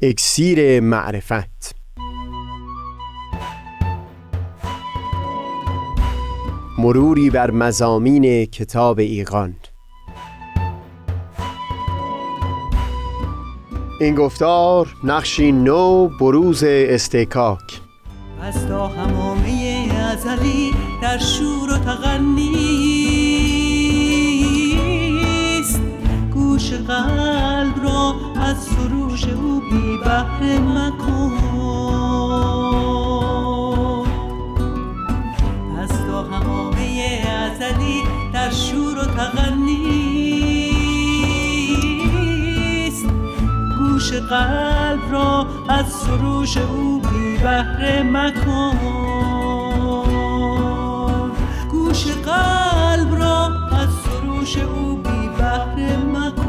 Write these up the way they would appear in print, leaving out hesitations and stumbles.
اکسیر معرفت. مروری بر مضامین کتاب ایقان. این گفتار نقشی نو بروز استحکاک. از تا همامه ازلی در شور و تغنیست، گوش قلب را از سروش او بی بهره مکن. از تا همامه ازلی در شور و تغنیست، گوش قلب را از سروش او بی بهره مکن. گوش قلب را از سروش او بی بهره مکن.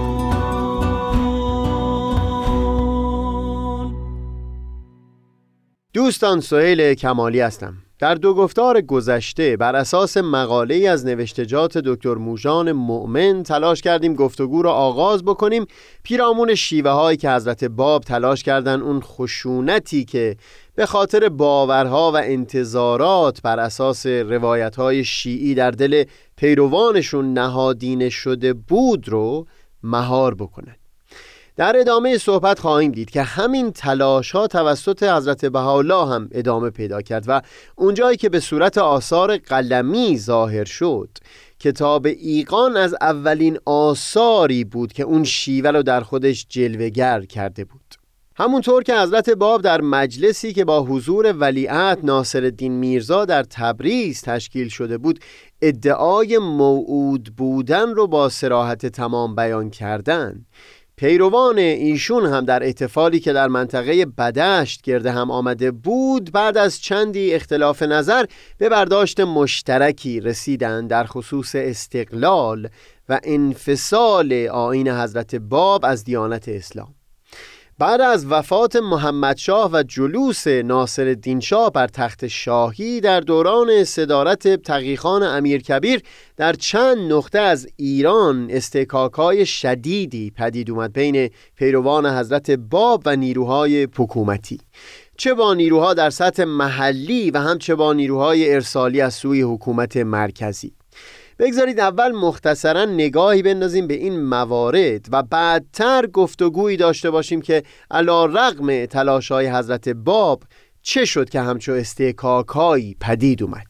دوستان، سهیل کمالی هستم. در دو گفتار گذشته بر اساس مقاله‌ای از نوشتجات دکتر موژان مؤمن تلاش کردیم گفتگو را آغاز بکنیم پیرامون شیوه‌هایی که حضرت باب تلاش کردن اون خشونتی که به خاطر باورها و انتظارات بر اساس روایت‌های شیعی در دل پیروانشون نهادینه شده بود رو مهار بکنن. در ادامه صحبت خواهیم دید که همین تلاش‌ها توسط حضرت بهاءالله هم ادامه پیدا کرد و اونجایی که به صورت آثار قلمی ظاهر شد، کتاب ایقان از اولین آثاری بود که اون شیوه رو در خودش جلوه‌گر کرده بود. همونطور که حضرت باب در مجلسی که با حضور ولیعهد ناصرالدین میرزا در تبریز تشکیل شده بود ادعای موعود بودن رو با صراحت تمام بیان کردن، پیروان ایشون هم در احتفالی که در منطقه بدشت گرد هم آمده بود بعد از چندی اختلاف نظر به برداشت مشترکی رسیدند در خصوص استقلال و انفصال آیین حضرت باب از دیانت اسلام. بعد از وفات محمدشاه و جلوس ناصرالدین شاه بر تخت شاهی در دوران صدارت تقی‌خان امیرکبیر در چند نقطه از ایران استحکاک‌های شدیدی پدید اومد بین پیروان حضرت باب و نیروهای حکومتی، چه با نیروها در سطح محلی و هم چه با نیروهای ارسالی از سوی حکومت مرکزی. بگذارید اول مختصراً نگاهی بندازیم به این موارد و بعدتر گفتگویی داشته باشیم که علی رغم تلاش‌های حضرت باب چه شد که همچو استحکاک‌هایی پدید اومد.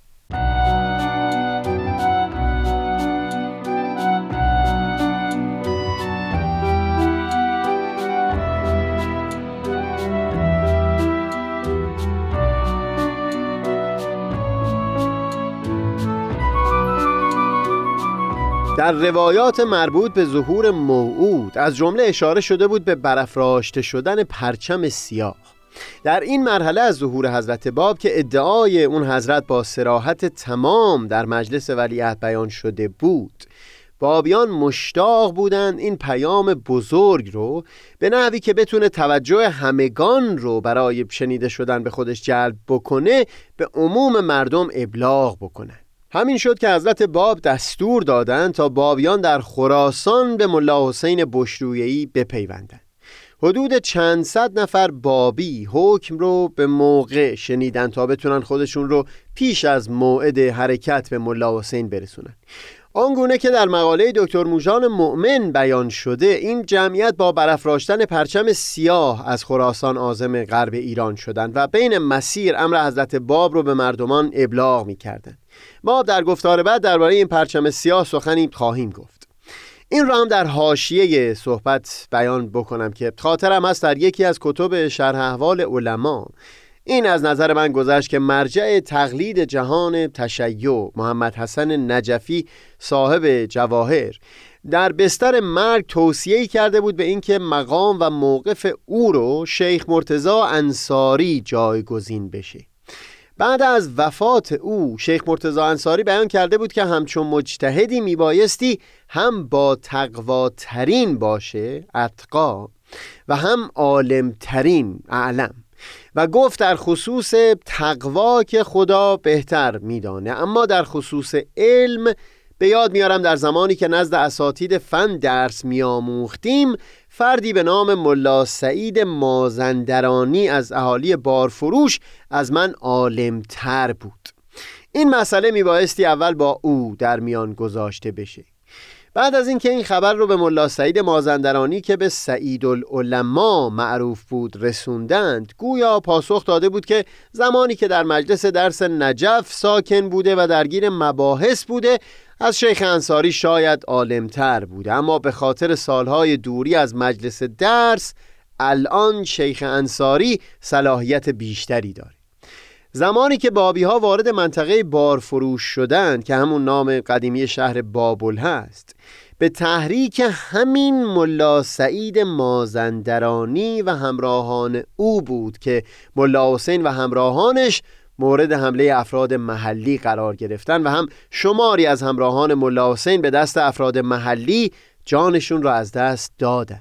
در روایات مربوط به ظهور موعود از جمله اشاره شده بود به برافراشته شدن پرچم سیاه. در این مرحله از ظهور حضرت باب که ادعای اون حضرت با صراحت تمام در مجلس ولیعهد بیان شده بود، بابیان مشتاق بودند این پیام بزرگ رو به نحوی که بتونه توجه همگان رو برای شنیده شدن به خودش جلب بکنه به عموم مردم ابلاغ بکنه. همین شد که حضرت باب دستور دادند تا بابیان در خراسان به ملا حسین بشرویه‌ای بپیوندند. حدود چند صد نفر بابی حکم رو به موقع شنیدن تا بتونن خودشون رو پیش از موعد حرکت به ملا حسین برسونن. آنگونه که در مقاله دکتر موژان مؤمن بیان شده، این جمعیت با برافراشتن پرچم سیاه از خراسان عازم غرب ایران شدند و بین مسیر امر حضرت باب رو به مردمان ابلاغ می‌کردند. ما در گفتار بعد درباره این پرچم سیاه سخنی خواهیم گفت. این را هم در حاشیه صحبت بیان بکنم که خاطرم هست در یکی از کتب شرح احوال علما این از نظر من گذشت که مرجع تقلید جهان تشیع محمد حسن نجفی صاحب جواهر در بستر مرگ توصیه‌ای کرده بود به اینکه مقام و موقف او رو شیخ مرتضی انصاری جایگزین بشه. بعد از وفات او شیخ مرتضی انصاری بیان کرده بود که همچون مجتهدی میبایستی هم با تقواترین باشه اتقا و هم عالمترین اعلم، و گفت در خصوص تقوا که خدا بهتر میدانه، اما در خصوص علم به یاد میارم در زمانی که نزد اساتید فن درس میآموختیم فردی به نام ملا سعید مازندرانی از اهالی بارفروش از من عالم‌تر بود. این مسئله میبایستی اول با او در میان گذاشته بشه. بعد از اینکه این خبر رو به ملا سعید مازندرانی که به سعید العلماء معروف بود رسوندند، گویا پاسخ داده بود که زمانی که در مجلس درس نجف ساکن بوده و درگیر مباحث بوده از شیخ انصاری شاید عالم‌تر بوده، اما به خاطر سالهای دوری از مجلس درس الان شیخ انصاری صلاحیت بیشتری داره. زمانی که بابی ها وارد منطقه بارفروش شدند که همون نام قدیمی شهر بابل هست، به تحریک همین ملا سعید مازندرانی و همراهان او بود که ملا حسین و همراهانش مورد حمله افراد محلی قرار گرفتن و هم شماری از همراهان ملا حسین به دست افراد محلی جانشون را از دست دادند.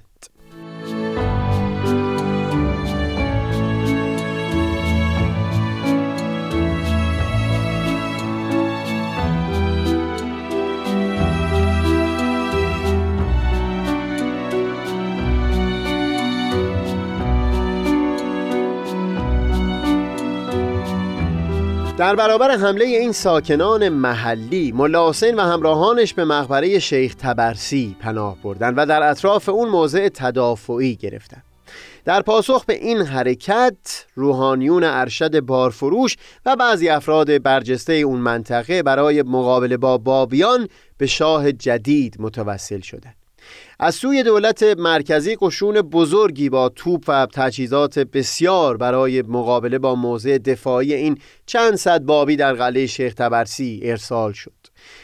در برابر حمله این ساکنان محلی، ملا حسین و همراهانش به مقبره شیخ طبرسی پناه بردند و در اطراف اون موضع تدافعی گرفتند. در پاسخ به این حرکت، روحانیون ارشد بارفروش و بعضی افراد برجسته اون منطقه برای مقابله با بابیان به شاه جدید متوسل شدند. از سوی دولت مرکزی قشون بزرگی با توپ و تجهیزات بسیار برای مقابله با موضع دفاعی این چند صد بابی در قلعه شیخ طبرسی ارسال شد.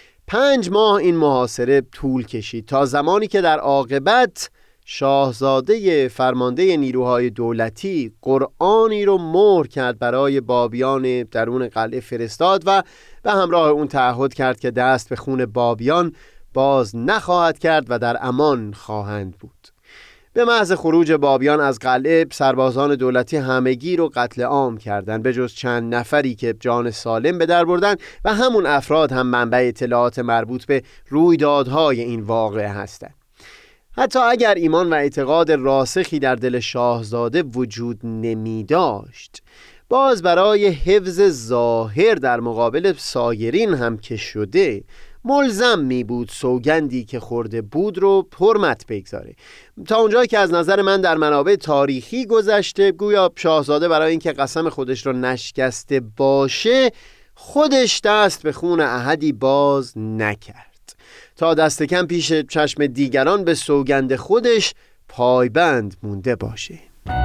5 ماه این محاصره طول کشید تا زمانی که در عاقبت شاهزاده فرمانده نیروهای دولتی قرآنی رو مهر کرد برای بابیان درون قلعه فرستاد و به همراه اون تعهد کرد که دست به خون بابیان باز نخواهد کرد و در امان خواهند بود. به محض خروج بابیان از قلعه، سربازان دولتی همگی رو قتل عام کردند به جز چند نفری که جان سالم به در بردن و همون افراد هم منبع اطلاعات مربوط به رویدادهای این واقعه هستند. حتی اگر ایمان و اعتقاد راسخی در دل شاهزاده وجود نمی داشت، باز برای حفظ ظاهر در مقابل سایرین هم که شده ملزم می بود سوگندی که خورده بود رو حرمت بگذاره. تا اونجایی که از نظر من در منابع تاریخی گذشته، گویا شاهزاده برای اینکه قسم خودش رو نشکسته باشه خودش دست به خون احدی باز نکرد تا دست کم پیش چشم دیگران به سوگند خودش پایبند مونده باشه.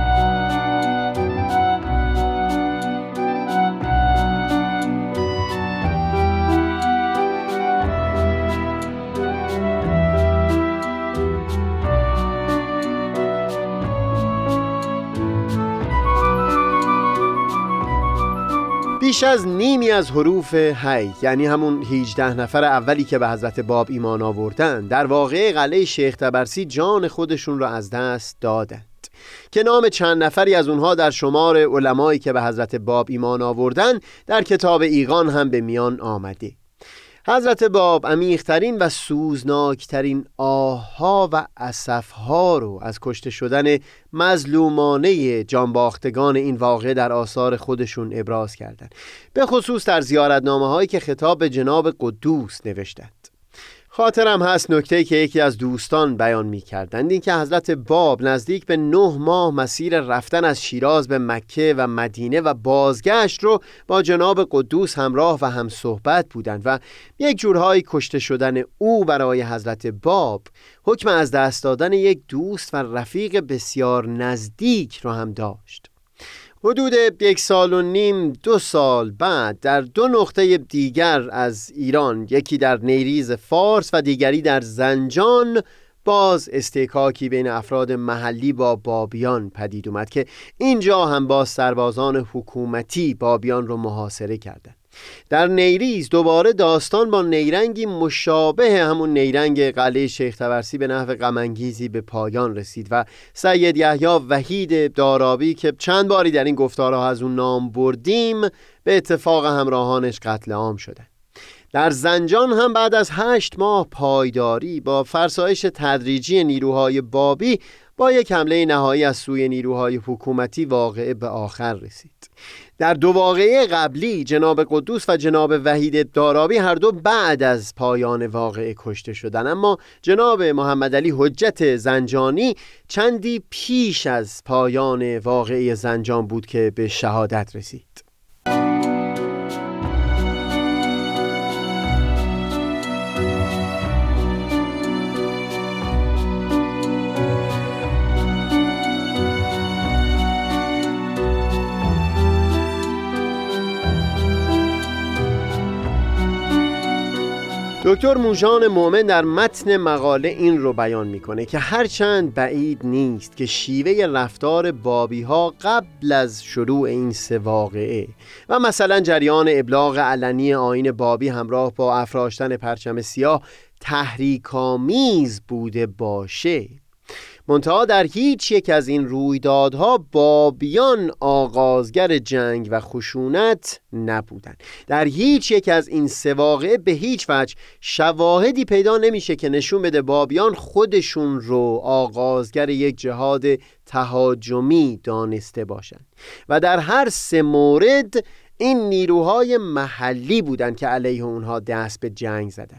بیش از نیمی از حروف حی، یعنی همون 18 نفر اولی که به حضرت باب ایمان آوردن، در واقعه قلعه شیخ طبرسی جان خودشون را از دست دادند که نام چند نفری از اونها در شمار علمایی که به حضرت باب ایمان آوردن در کتاب ایقان هم به میان آمده. حضرت باب عمیق‌ترین و سوزناکترین آه‌ها و اسف‌ها رو از کشته شدن مظلومانه جانباختگان این واقعه در آثار خودشون ابراز کردند، به خصوص در زیارتنامه‌هایی که خطاب به جناب قدوس نوشتند. خاطرم هست نکته‌ای که یکی از دوستان بیان می‌کردند، این که حضرت باب نزدیک به 9 ماه مسیر رفتن از شیراز به مکه و مدینه و بازگشت رو با جناب قدوس همراه و هم صحبت بودند و یک جورهای کشته شدن او برای حضرت باب حکم از دست دادن یک دوست و رفیق بسیار نزدیک رو هم داشت. حدود 1.5 سال 2 سال بعد در 2 نقطه دیگر از ایران، یکی در نیریز فارس و دیگری در زنجان، باز استحکاکی بین افراد محلی با بابیان پدید اومد که اینجا هم با سربازان حکومتی بابیان رو محاصره کردند. در نیریز دوباره داستان با نیرنگی مشابه همون نیرنگ قلعه شیخ طبرسی به نحو غم‌انگیزی به پایان رسید و سید یحیی وحید دارابی که چند باری در این گفتارها از اون نام بردیم به اتفاق همراهانش قتل عام شدند. در زنجان هم بعد از 8 ماه پایداری با فرسایش تدریجی نیروهای بابی با یک حمله نهایی از سوی نیروهای حکومتی واقعه به آخر رسید. در دو واقعه قبلی جناب قدوس و جناب وحید دارابی هر دو بعد از پایان واقعه کشته شدند، اما جناب محمد علی حجت زنجانی چندی پیش از پایان واقعه زنجان بود که به شهادت رسید. دکتر موژان مؤمن در متن مقاله این رو بیان میکنه که هرچند بعید نیست که شیوه رفتار بابی ها قبل از شروع این سه واقعه و مثلا جریان ابلاغ علنی آیین بابی همراه با افراشتن پرچم سیاه تحریک‌آمیز بوده باشه، منتها در هیچ یک از این رویدادها بابیان آغازگر جنگ و خشونت نبودند. در هیچ یک از این سه واقعه به هیچ وجه شواهدی پیدا نمیشه که نشون بده بابیان خودشون رو آغازگر یک جهاد تهاجمی دانسته باشند و در هر سه مورد این نیروهای محلی بودند که علیه اونها دست به جنگ زدند.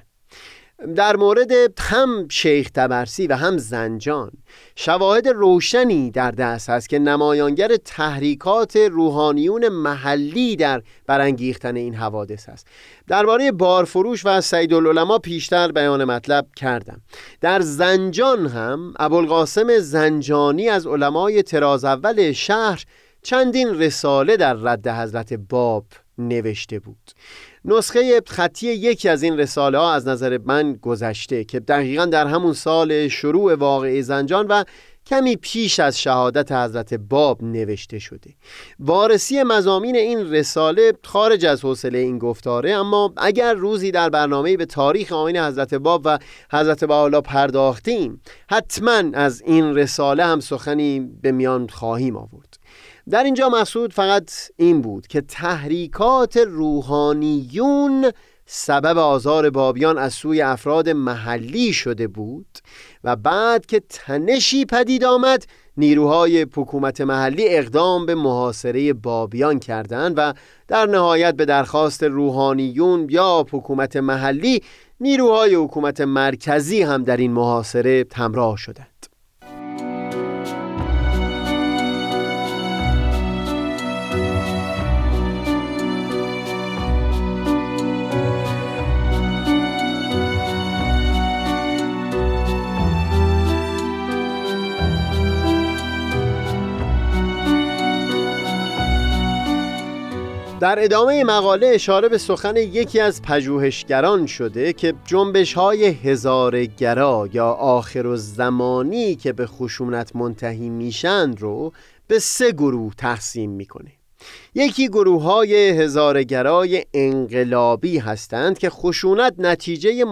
در مورد هم شیخ طبرسی و هم زنجان شواهد روشنی در دست هست که نمایانگر تحریکات روحانیون محلی در برانگیختن این حوادث هست. درباره بارفروش و سیدالعلماء پیشتر بیان مطلب کردم. در زنجان هم ابوالقاسم زنجانی از علمای طراز اول شهر چندین رساله در رد حضرت باب نوشته بود. نسخه خطی یکی از این رساله ها از نظر من گذشته که دقیقاً در همون سال شروع واقعه زنجان و کمی پیش از شهادت حضرت باب نوشته شده. وارسی مضامین این رساله خارج از حوصله این گفتاره، اما اگر روزی در برنامه‌ای به تاریخ آیین حضرت باب و حضرت بهاءالله پرداختیم، حتماً از این رساله هم سخنی به میان خواهیم آورد. در اینجا مقصود فقط این بود که تحریکات روحانیون سبب آزار بابیان از سوی افراد محلی شده بود و بعد که تنشی پدید آمد نیروهای حکومت محلی اقدام به محاصره بابیان کردند و در نهایت به درخواست روحانیون یا حکومت محلی نیروهای حکومت مرکزی هم در این محاصره همراه شدند. در ادامه مقاله اشاره به سخن یکی از پژوهشگران شده که جنبش‌های هزاره‌گرا یا آخرالزمانی که به خشونت منتهی میشن رو به سه گروه تقسیم میکنه. یکی گروه‌های هزاره‌گرای انقلابی هستند که خشونت نتیجه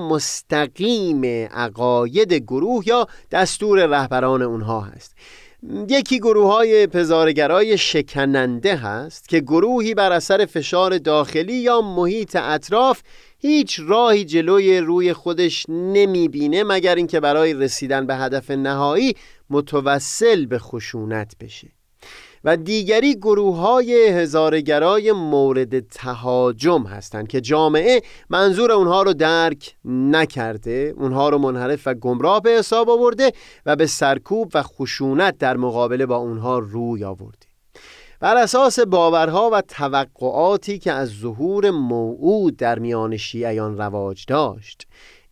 مستقیم عقاید گروه یا دستور رهبران اونها هست. یکی گروه‌های هزاره‌گرای شکننده هست که گروهی بر اثر فشار داخلی یا محیط اطراف هیچ راهی جلوی روی خودش نمیبینه مگر اینکه برای رسیدن به هدف نهایی متوسل به خشونت بشه. و دیگری گروه‌های هزاره‌گرای مورد تهاجم هستند که جامعه منظور اونها رو درک نکرده، اونها رو منحرف و گمراه به حساب آورده و به سرکوب و خشونت در مقابله با اونها روی آورده. بر اساس باورها و توقعاتی که از ظهور موعود در میان شیعیان رواج داشت،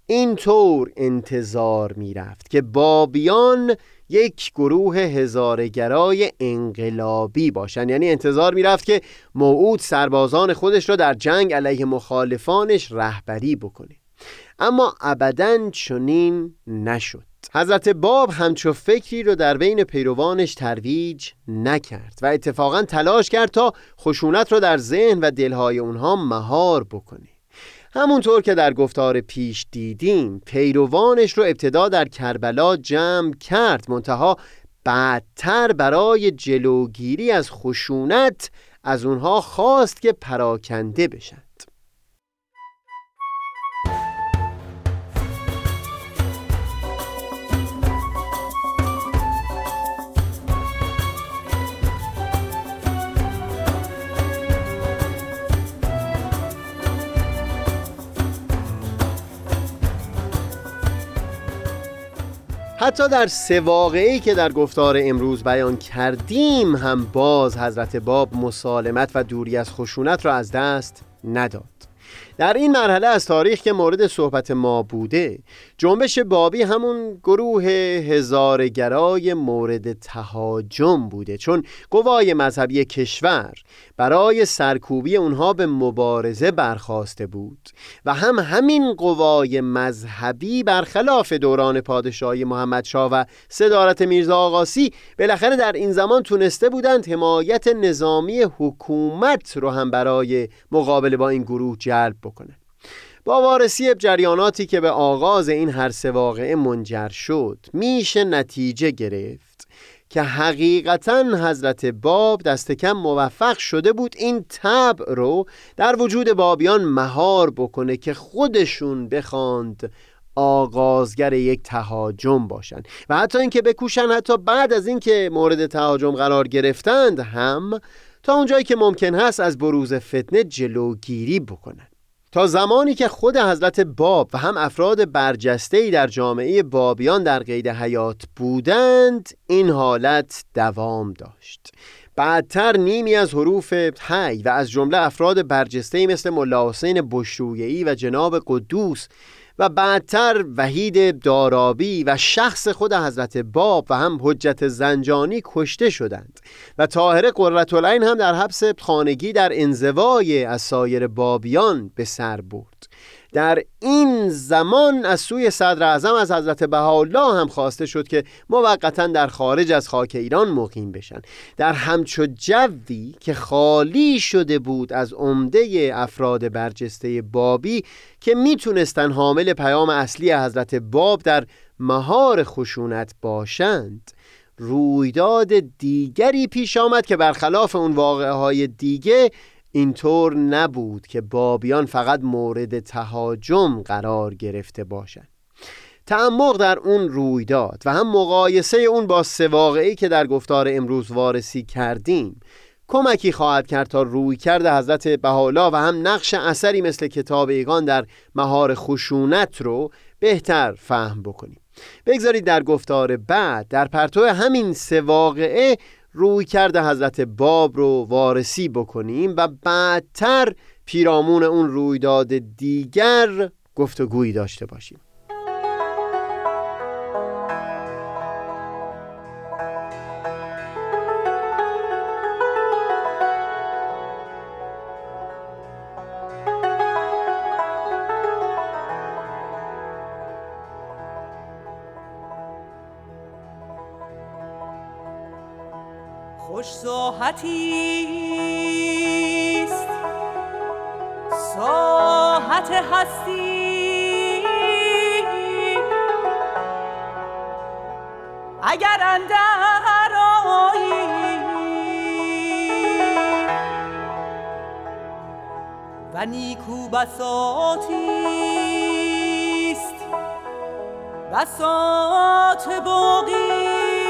اینطور انتظار می رفت که بابیان یک گروه هزاره‌گرای انقلابی باشن، یعنی انتظار می رفت که موعود سربازان خودش را در جنگ علیه مخالفانش رهبری بکنه. اما ابداً چنین نشد. حضرت باب همچو فکری رو در بین پیروانش ترویج نکرد و اتفاقاً تلاش کرد تا خشونت رو در ذهن و دلهای اونها مهار بکنه. همونطور که در گفتار پیش دیدیم، پیروانش رو ابتدا در کربلا جمع کرد، منتها بعدتر برای جلوگیری از خشونت از اونها خواست که پراکنده بشند. حتی در 3 واقعه‌ای که در گفتار امروز بیان کردیم هم باز حضرت باب مسالمت و دوری از خشونت را از دست نداد. در این مرحله از تاریخ که مورد صحبت ما بوده، جنبش بابی همون گروه هزارگرای مورد تهاجم بوده، چون قوای مذهبی کشور برای سرکوبی اونها به مبارزه برخاسته بود و همین قوای مذهبی برخلاف دوران پادشاهی محمدشاه و صدارت میرزا آقاسی بالاخره در این زمان تونسته بودند حمایت نظامی حکومت رو هم برای مقابله با این گروه جلب بکنه. با وارسی جریاناتی که به آغاز این هر 3 واقعه منجر شد، میشه نتیجه گرفت که حقیقتاً حضرت باب دست کم موفق شده بود این طبع رو در وجود بابیان مهار بکنه که خودشون بخواند آغازگر یک تهاجم باشن و حتی اینکه بکوشن حتی بعد از اینکه مورد تهاجم قرار گرفتند هم تا اونجایی که ممکن هست از بروز فتنه جلوگیری بکنن. تا زمانی که خود حضرت باب و هم افراد برجسته‌ای در جامعه بابیان در قید حیات بودند، این حالت دوام داشت. بعدتر نیمی از حروف حی و از جمله افراد برجسته‌ای مثل ملا حسین بشرویه‌ای و جناب قدوس و بعدتر وحید دارابی و شخص خود حضرت باب و هم حجت زنجانی کشته شدند و طاهره قرةالعین هم در حبس خانگی در انزوای از سایر بابیان به سر برد. در این زمان از سوی صدر اعظم از حضرت بهاءالله هم خواسته شد که موقتاً در خارج از خاک ایران مقیم بشن. در همچو جوی که خالی شده بود از عمده افراد برجسته بابی که میتونستن حامل پیام اصلی حضرت باب در مهار خشونت باشند، رویداد دیگری پیش آمد که برخلاف اون واقعه های دیگه اینطور نبود که بابیان فقط مورد تهاجم قرار گرفته باشند. تعمق در اون رویداد و هم مقایسه اون با 3 واقعه‌ای که در گفتار امروز وارسی کردیم کمکی خواهد کرد تا رویکرد حضرت بهاءالله و هم نقش اثری مثل کتاب ایقان در مهار خشونت رو بهتر فهم بکنیم. بگذارید در گفتار بعد در پرتو همین 3 واقعه رویکرد حضرت باب رو وارسی بکنیم و بعدتر پیرامون اون رویداد دیگر گفتگویی داشته باشیم. خوش ساحتیست ساحت هستی، اگر اندر آیی و نیکو بساطیست بساط باقی،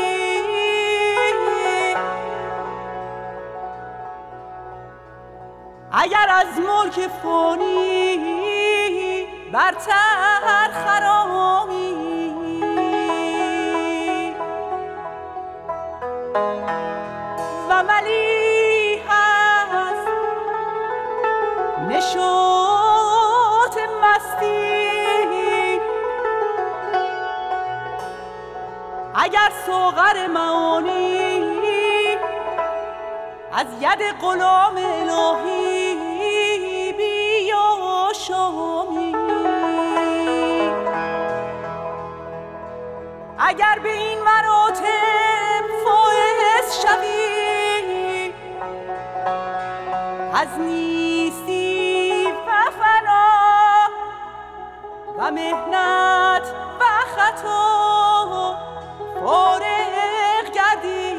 اگر از ملک فانی برتر خرامی و ملیح است نشاط مستی، اگر ساغر معانی از ید غلام الهی شامی، اگر به این مراتب فائز شوی از نیستی و فنا و مهنت و خطا فارغ گردی.